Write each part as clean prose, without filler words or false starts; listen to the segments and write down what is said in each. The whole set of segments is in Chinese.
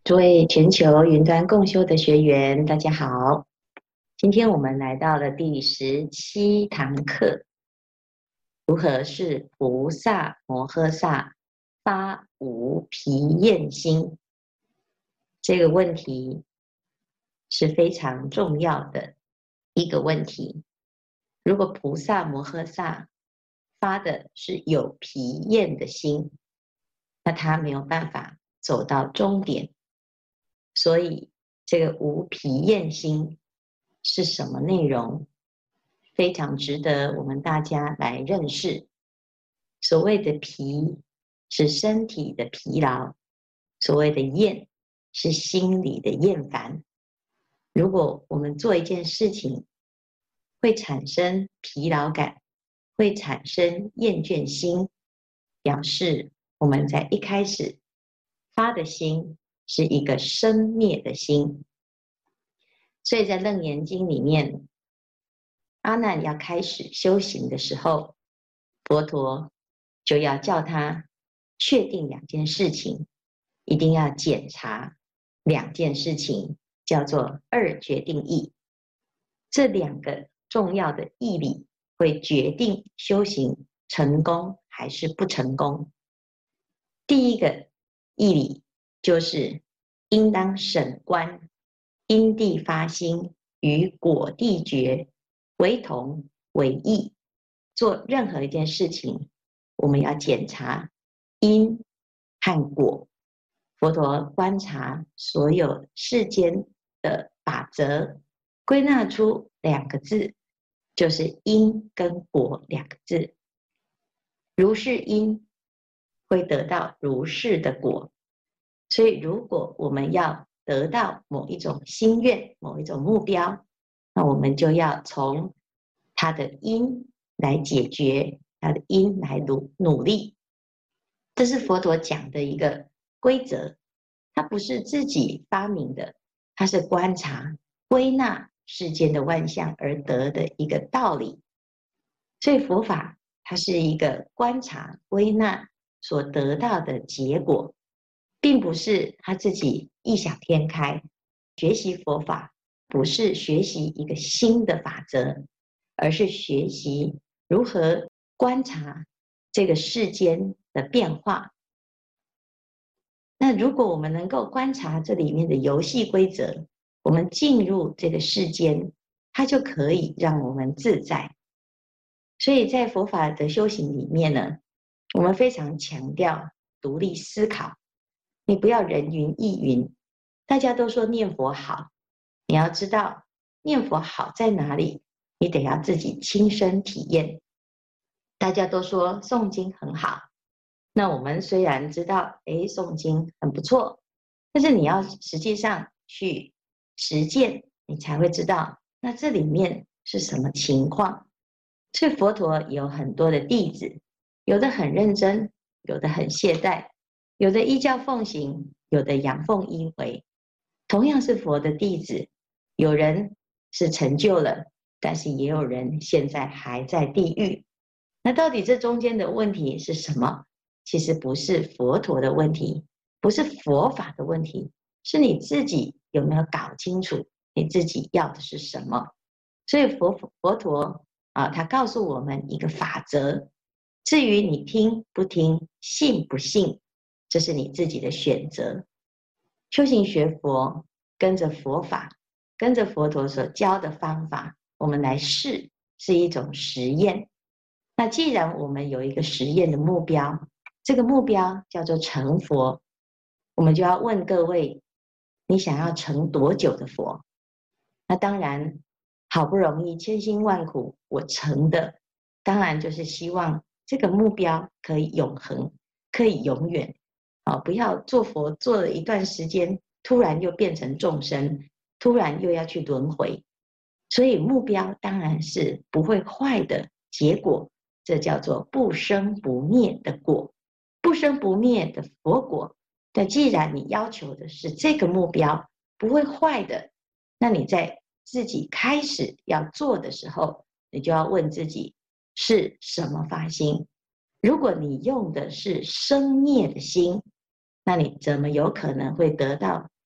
诸位全球云端共修的学员，大家好。今天我们来到了第17堂课，如何是菩萨摩诃萨发无疲厌心？这个问题是非常重要的一个问题。如果菩萨摩诃萨发的是有疲厌的心，那他没有办法走到终点。所以这个无疲厌心是什么内容？非常值得我们大家来认识。所谓的疲是身体的疲劳，所谓的厌是心理的厌烦。如果我们做一件事情会产生疲劳感，会产生厌倦心，表示我们在一开始发的心是一个生灭的心。所以在楞严经里面，阿难要开始修行的时候，佛陀就要叫他确定两件事情，一定要检查两件事情，叫做二决定义。这两个重要的义理会决定修行成功还是不成功。第一个义理就是应当审观因地发心与果地觉为同为异。做任何一件事情，我们要检查因和果。佛陀观察所有世间的法则，归纳出两个字，就是因跟果两个字。如是因会得到如是的果。所以如果我们要得到某一种心愿，某一种目标，那我们就要从它的因来解决，它的因来努力。这是佛陀讲的一个规则，它不是自己发明的，它是观察归纳世间的万象而得的一个道理。所以佛法它是一个观察归纳所得到的结果，并不是他自己异想天开。学习佛法不是学习一个新的法则，而是学习如何观察这个世间的变化。那如果我们能够观察这里面的游戏规则，我们进入这个世间，它就可以让我们自在。所以在佛法的修行里面呢，我们非常强调独立思考，你不要人云亦云。大家都说念佛好，你要知道念佛好在哪里，你得要自己亲身体验。大家都说诵经很好，那我们虽然知道诵经很不错，但是你要实际上去实践，你才会知道那这里面是什么情况。所以佛陀有很多的弟子，有的很认真，有的很懈怠，有的依教奉行，有的阳奉阴违。同样是佛的弟子，有人是成就了，但是也有人现在还在地狱。那到底这中间的问题是什么？其实不是佛陀的问题，不是佛法的问题，是你自己有没有搞清楚你自己要的是什么。所以佛陀他告诉我们一个法则，至于你听不听，信不信，这是你自己的选择。修行学佛，跟着佛法，跟着佛陀所教的方法，我们来试，是一种实验。那既然我们有一个实验的目标，这个目标叫做成佛，我们就要问各位，你想要成多久的佛？那当然，好不容易千辛万苦我成的，当然就是希望这个目标可以永恒，可以永远。不要做佛做了一段时间，突然又变成众生，突然又要去轮回。所以目标当然是不会坏的结果，这叫做不生不灭的果，不生不灭的佛果。但既然你要求的是这个目标不会坏的，那你在自己开始要做的时候，你就要问自己是什么发心。如果你用的是生灭的心，那你怎么有可能会得到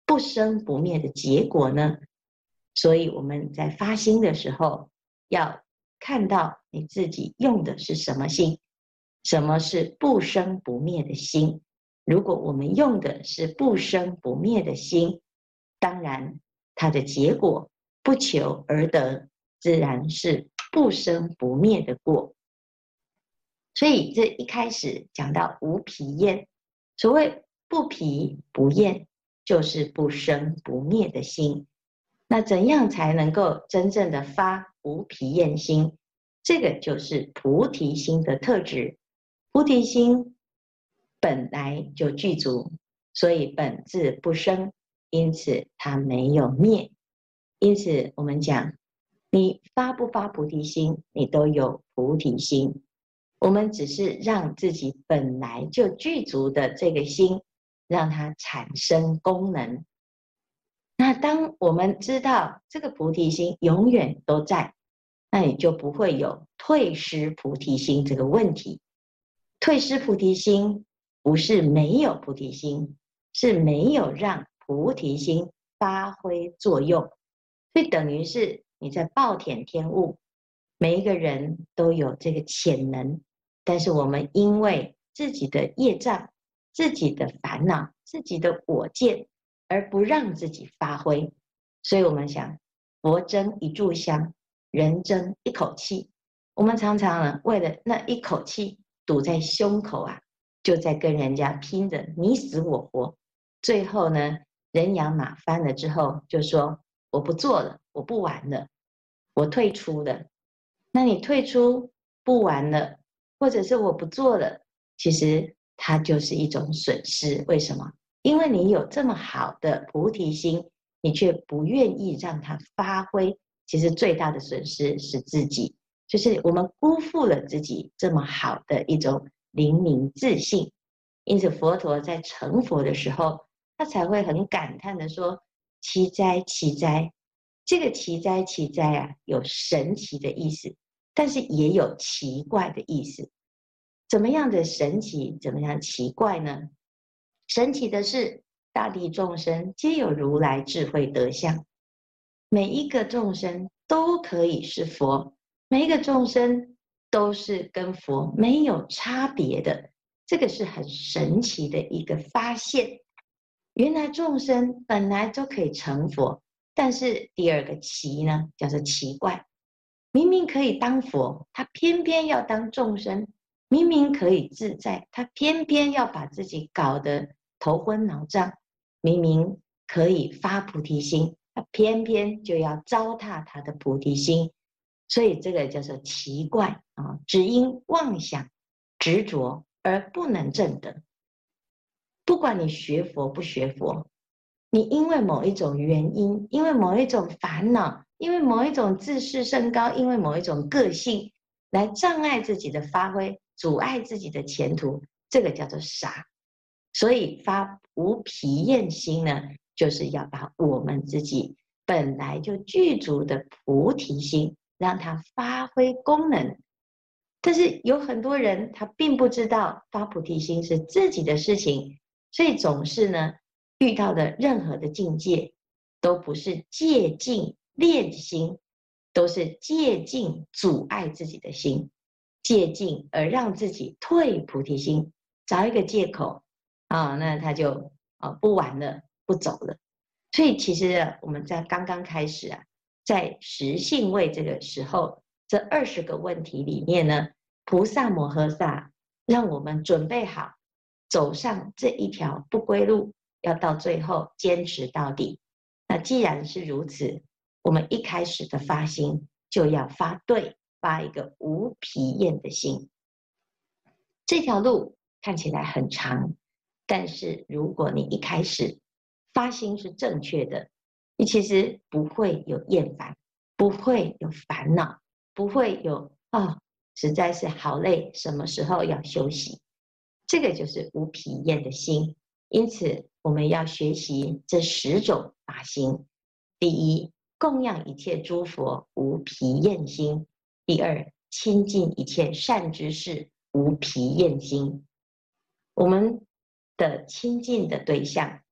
不生不灭的结果呢？所以我们在发心的时候，要看到你自己用的是什么心，什么是不生不灭的心。如果我们用的是不生不灭的心，当然它的结果不求而得，自然是不生不灭的果。所以这一开始讲到无疲厌，所谓不疲不厌，就是不生不灭的心。那怎样才能够真正的发无疲厌心？这个就是菩提心的特质。菩提心本来就具足，所以本自不生，因此它没有灭。因此我们讲，你发不发菩提心，你都有菩提心。我们只是让自己本来就具足的这个心，让它产生功能。那当我们知道这个菩提心永远都在，那你就不会有退失菩提心这个问题。退失菩提心不是没有菩提心，是没有让菩提心发挥作用。所以等于是你在暴殄天物，每一个人都有这个潜能，但是我们因为自己的业障、自己的烦恼、自己的我见，而不让自己发挥。所以我们想，佛争一炷香，人争一口气。我们常常呢，为了那一口气堵在胸口啊，就在跟人家拼着你死我活。最后呢，人仰马翻了之后，就说我不做了，我不玩了，我退出了。那你退出不玩了，或者是我不做了，其实它就是一种损失。为什么？因为你有这么好的菩提心，你却不愿意让它发挥，其实最大的损失是自己，就是我们辜负了自己这么好的一种灵明自信。因此佛陀在成佛的时候，他才会很感叹的说：奇哉奇哉！这个奇哉奇哉啊，有神奇的意思，但是也有奇怪的意思。怎么样的神奇，怎么样奇怪呢？神奇的是，大地众生皆有如来智慧德相，每一个众生都可以是佛，每一个众生都是跟佛没有差别的。这个是很神奇的一个发现。原来众生本来都可以成佛，但是第二个奇呢，叫做奇怪。明明可以当佛，他偏偏要当众生；明明可以自在，他偏偏要把自己搞得头昏脑胀；明明可以发菩提心，他偏偏就要糟蹋他的菩提心。所以这个叫做奇怪啊，只因妄想执着而不能证得。不管你学佛不学佛，你因为某一种原因，因为某一种烦恼，因为某一种自视甚高，因为某一种个性，来障碍自己的发挥，阻碍自己的前途，这个叫做傻。所以发无疲厌心呢，就是要把我们自己本来就具足的菩提心，让它发挥功能。但是有很多人他并不知道发菩提心是自己的事情，所以总是呢遇到的任何的境界都不是借境练心，都是借境阻碍自己的心，借境而让自己退菩提心，找一个借口啊，那他就不玩了，不走了。所以其实我们在刚刚开始啊，在实性位这个时候，这20个问题里面呢，菩萨摩诃萨让我们准备好走上这一条不归路，要到最后坚持到底。那既然是如此，我们一开始的发心就要发对，发一个无疲厌的心。这条路看起来很长，但是如果你一开始发心是正确的，你其实不会有厌烦，不会有烦恼，不会有实在是好累，什么时候要休息？这个就是无疲厌的心。因此，我们要学习这10种发心。第一，供养一切诸佛，无疲厌心；第二，亲近一切善知识，无疲厌心。我们的亲近的对象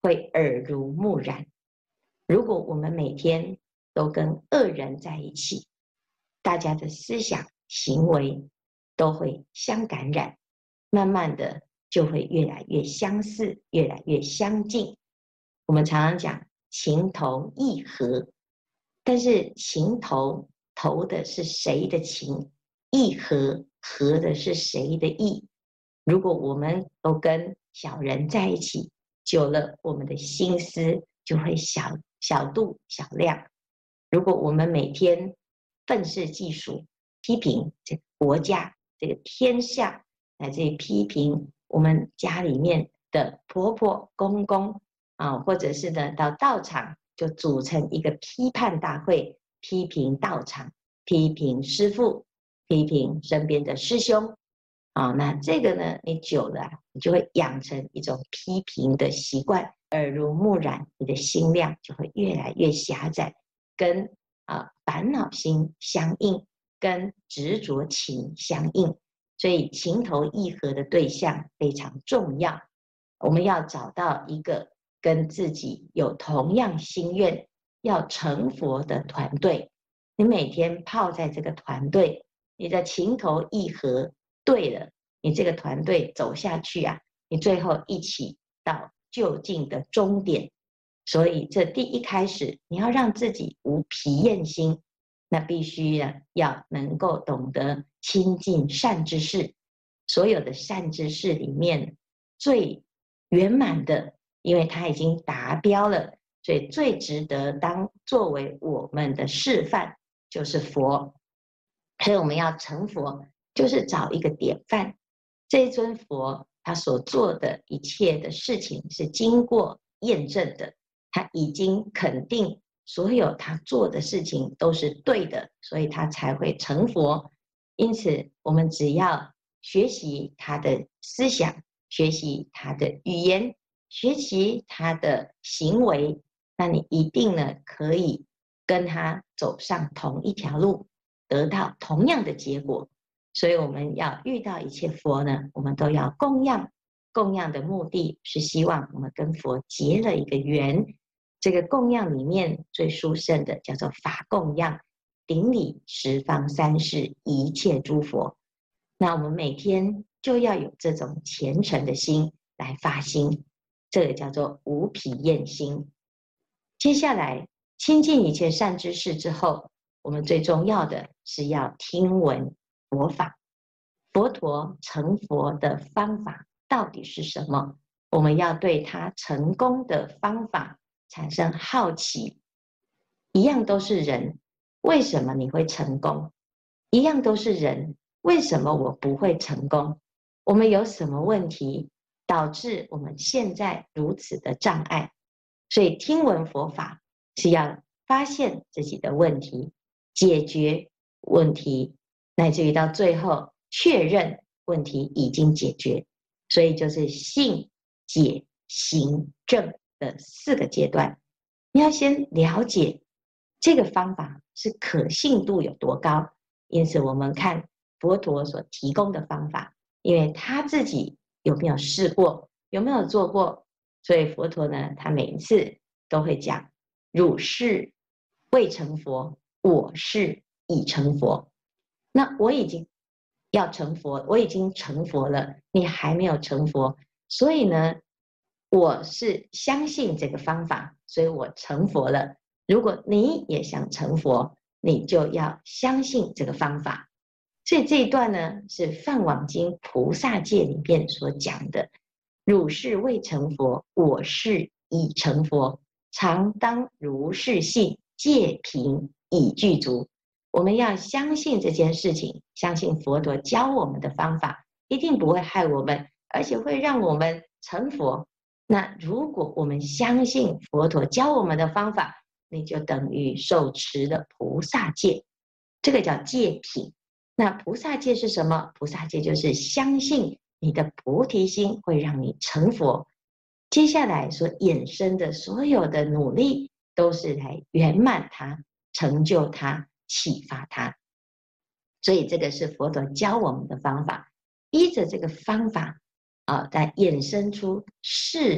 会耳濡目染。如果我们每天都跟恶人在一起，大家的思想行为都会相感染，慢慢的就会越来越相似，越来越相近。我们常常讲情投意合，但是情投的是谁的情，意合的是谁的意。如果我们都跟小人在一起，久了我们的心思就会小度小量。如果我们每天愤世嫉俗，批评这个国家这个天下，乃至于批评我们家里面的婆婆公公啊，或者是呢到道场就组成一个批判大会，批评道场，批评师父，批评身边的师兄啊，那这个呢，你久了你就会养成一种批评的习惯，耳濡目染，你的心量就会越来越狭窄，跟烦恼心相应，跟执着情相应。所以情投意合的对象非常重要，我们要找到一个跟自己有同样心愿要成佛的团队，你每天泡在这个团队，你的情投意合对了，你这个团队走下去啊，你最后一起到就近的终点。所以这第一开始，你要让自己无疲厌心，那必须要能够懂得亲近善知识。所有的善知识里面最圆满的，因为它已经达标了，所以最值得作为我们的示范就是佛。所以我们要成佛，就是找一个典范。这一尊佛他所做的一切的事情是经过验证的，他已经肯定所有他做的事情都是对的，所以他才会成佛。因此我们只要学习他的思想，学习他的语言，学习他的行为，那你一定呢可以跟他走上同一条路，得到同样的结果。所以我们要遇到一切佛呢，我们都要供养。供养的目的是希望我们跟佛结了一个缘。这个供养里面最殊胜的叫做法供养，顶礼十方三世一切诸佛。那我们每天就要有这种虔诚的心来发心，这个叫做无疲厌心。接下来亲近一切善知识之后，我们最重要的是要听闻佛法。佛陀成佛的方法到底是什么？我们要对他成功的方法产生好奇。一样都是人，为什么你会成功？一样都是人，为什么我不会成功？我们有什么问题导致我们现在如此的障碍？所以听闻佛法是要发现自己的问题，解决问题，乃至于到最后确认问题已经解决。所以就是信、解、行、证的4个阶段。你要先了解这个方法是可信度有多高。因此我们看佛陀所提供的方法，因为他自己有没有试过，有没有做过，所以佛陀呢，他每一次都会讲：汝是未成佛，我是已成佛。那我已经要成佛，我已经成佛了，你还没有成佛，所以呢，我是相信这个方法，所以我成佛了。如果你也想成佛，你就要相信这个方法。所以这一段呢，是《梵网经》菩萨戒里面所讲的：汝是未成佛，我是已成佛，常当如是信，戒品已具足。我们要相信这件事情，相信佛陀教我们的方法一定不会害我们，而且会让我们成佛。那如果我们相信佛陀教我们的方法，你就等于受持了菩萨戒，这个叫戒品。那菩萨戒是什么？菩萨戒就是相信你的菩提心会让你成佛。接下来所衍生的所有的努力，都是来圆满它、成就它、启发它。所以这个是佛陀教我们的方法，依着这个方法再衍生出事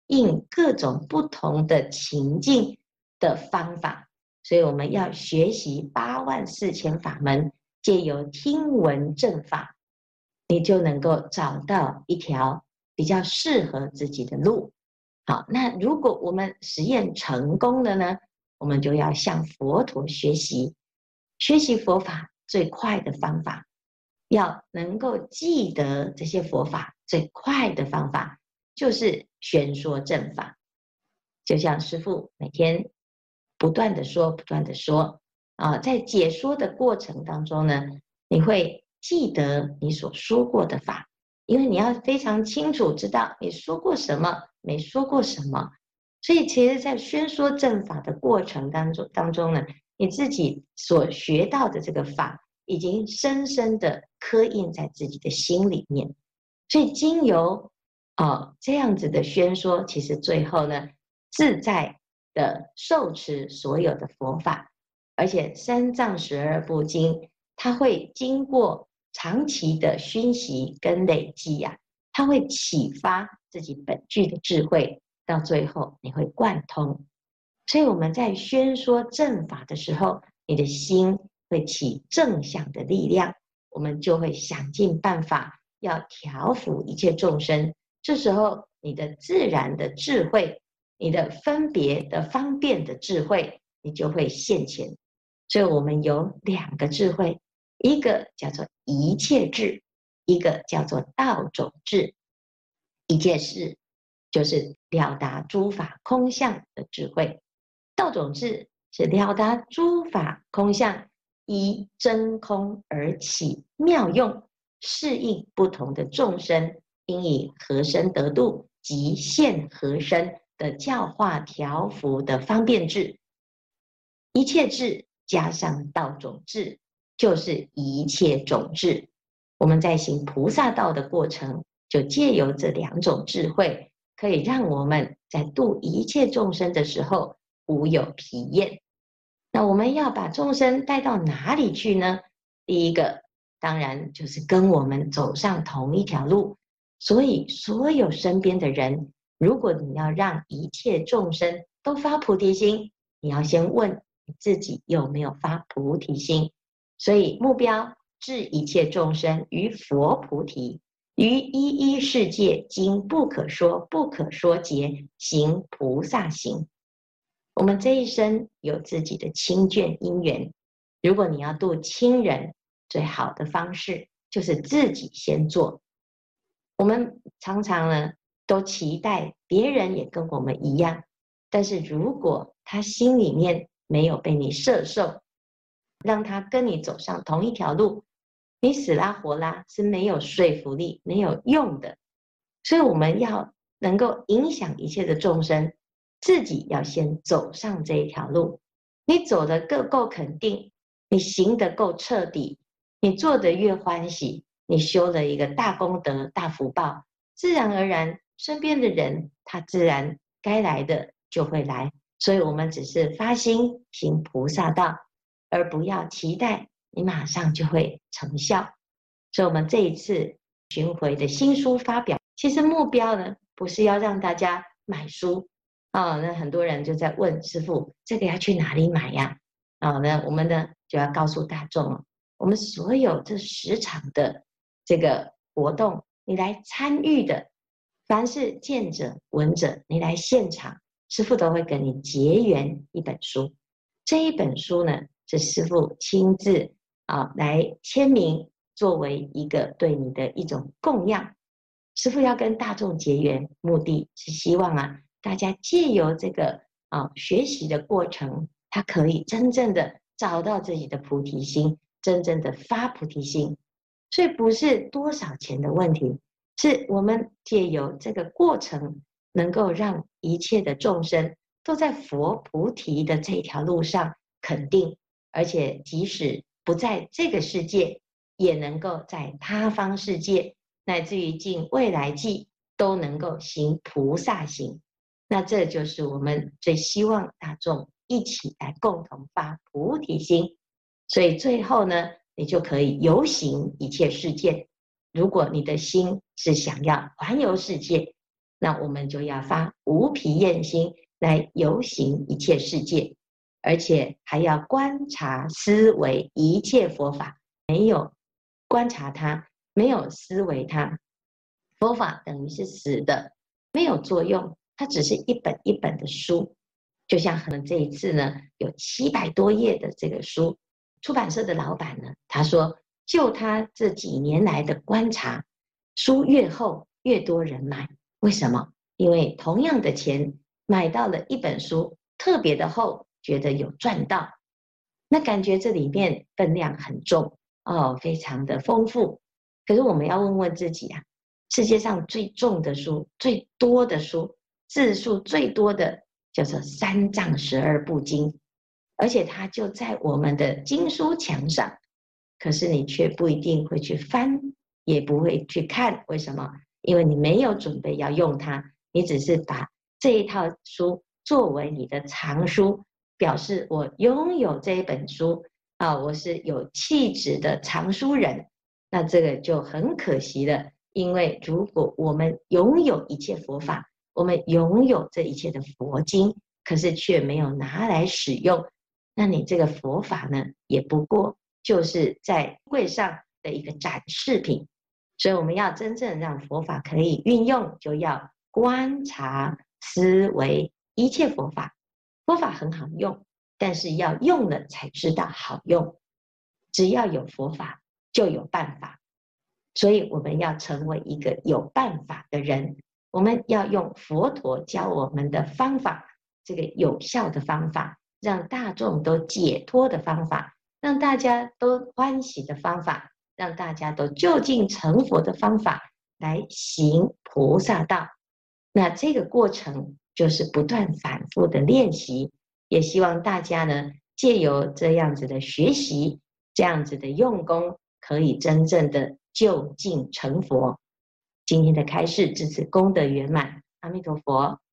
应各种不同的情境的方法。所以我们要学习84000法门，借由听闻正法，你就能够找到一条比较适合自己的路。好，那如果我们实验成功了呢，我们就要向佛陀学习。学习佛法最快的方法，要能够记得这些佛法最快的方法，就是宣说正法。就像师父每天不断的说，不断的说在解说的过程当中呢，你会记得你所说过的法，因为你要非常清楚知道你说过什么，没说过什么。所以其实在宣说正法的过程当中呢，你自己所学到的这个法已经深深的刻印在自己的心里面。所以经由这样子的宣说，其实最后呢，自在的受持所有的佛法，而且三藏12部经，它会经过长期的熏习跟累积它会启发自己本具的智慧，到最后你会贯通。所以我们在宣说正法的时候，你的心会起正向的力量，我们就会想尽办法要调伏一切众生。这时候你的自然的智慧，你的分别的方便的智慧，你就会现前。所以我们有2个智慧，一个叫做一切智，一个叫做道种智。一切智就是了达诸法空相的智慧，道种智是了达诸法空相，依真空而起妙用，适应不同的众生，应以和身得度及现和身的教化调伏的方便智。一切智加上道种智，就是一切种智。我们在行菩萨道的过程，就借由这2种智慧，可以让我们在度一切众生的时候无有疲厌。那我们要把众生带到哪里去呢？第一个当然就是跟我们走上同一条路。所以所有身边的人，如果你要让一切众生都发菩提心，你要先问你自己有没有发菩提心。所以目标治一切众生于佛菩提，于一一世界经不可说不可说劫行菩萨行。我们这一生有自己的亲眷因缘，如果你要度亲人，最好的方式就是自己先做。我们常常呢都期待别人也跟我们一样，但是如果他心里面没有被你摄受，让他跟你走上同一条路，你死拉活拉是没有说服力、没有用的。所以我们要能够影响一切的众生，自己要先走上这一条路。你走得够肯定，你行得够彻底，你做得越欢喜，你修了一个大功德、大福报，自然而然身边的人他自然该来的就会来。所以我们只是发心行菩萨道，而不要期待你马上就会成效。所以我们这一次巡回的新书发表，其实目标呢不是要让大家买书那很多人就在问师父，这个要去哪里买呀？那我们呢就要告诉大众了，我们所有这10场的这个活动，你来参与的，凡是见者闻者，你来现场，师父都会跟你结缘一本书。这一本书呢，是师父亲自来签名，作为一个对你的一种供养。师父要跟大众结缘，目的是希望大家借由这个学习的过程，他可以真正的找到自己的菩提心，真正的发菩提心。所以不是多少钱的问题，是我们借由这个过程，能够让一切的众生都在佛菩提的这条路上肯定，而且即使不在这个世界，也能够在他方世界，乃至于尽未来际，都能够行菩萨行。那这就是我们最希望大众一起来共同发菩提心。所以最后呢，你就可以游行一切世界。如果你的心是想要环游世界， 那我们就要发无疲厌心来游行一切世界，而且还要观察思维一切佛法，没有观察它，没有思维它，佛法等于是死的，没有作用，它只是一本一本的书。就像可能这一次呢，有700多页的这个书，出版社的老板呢，他说，就他这几年来的观察，书越厚越多人买，为什么？因为同样的钱买到了一本书，特别的厚，觉得有赚到，那感觉这里面分量很重哦，非常的丰富。可是我们要问问自己啊，世界上最重的书、最多的书、字数最多的叫做三藏12部经，而且它就在我们的经书墙上，可是你却不一定会去翻，也不会去看，为什么？因为你没有准备要用它，你只是把这一套书作为你的藏书，表示我拥有这一本书啊，我是有气质的藏书人。那这个就很可惜了，因为如果我们拥有一切佛法，我们拥有这一切的佛经，可是却没有拿来使用，那你这个佛法呢，也不过就是在柜上的一个展示品。所以我们要真正让佛法可以运用，就要观察思维一切佛法。佛法很好用，但是要用了才知道好用。只要有佛法，就有办法。所以我们要成为一个有办法的人，我们要用佛陀教我们的方法，这个有效的方法，让大众都解脱的方法，让大家都欢喜的方法，让大家都就近成佛的方法来行菩萨道。那这个过程就是不断反复的练习，也希望大家呢，借由这样子的学习，这样子的用功，可以真正的就近成佛。今天的开示至此功德圆满，阿弥陀佛。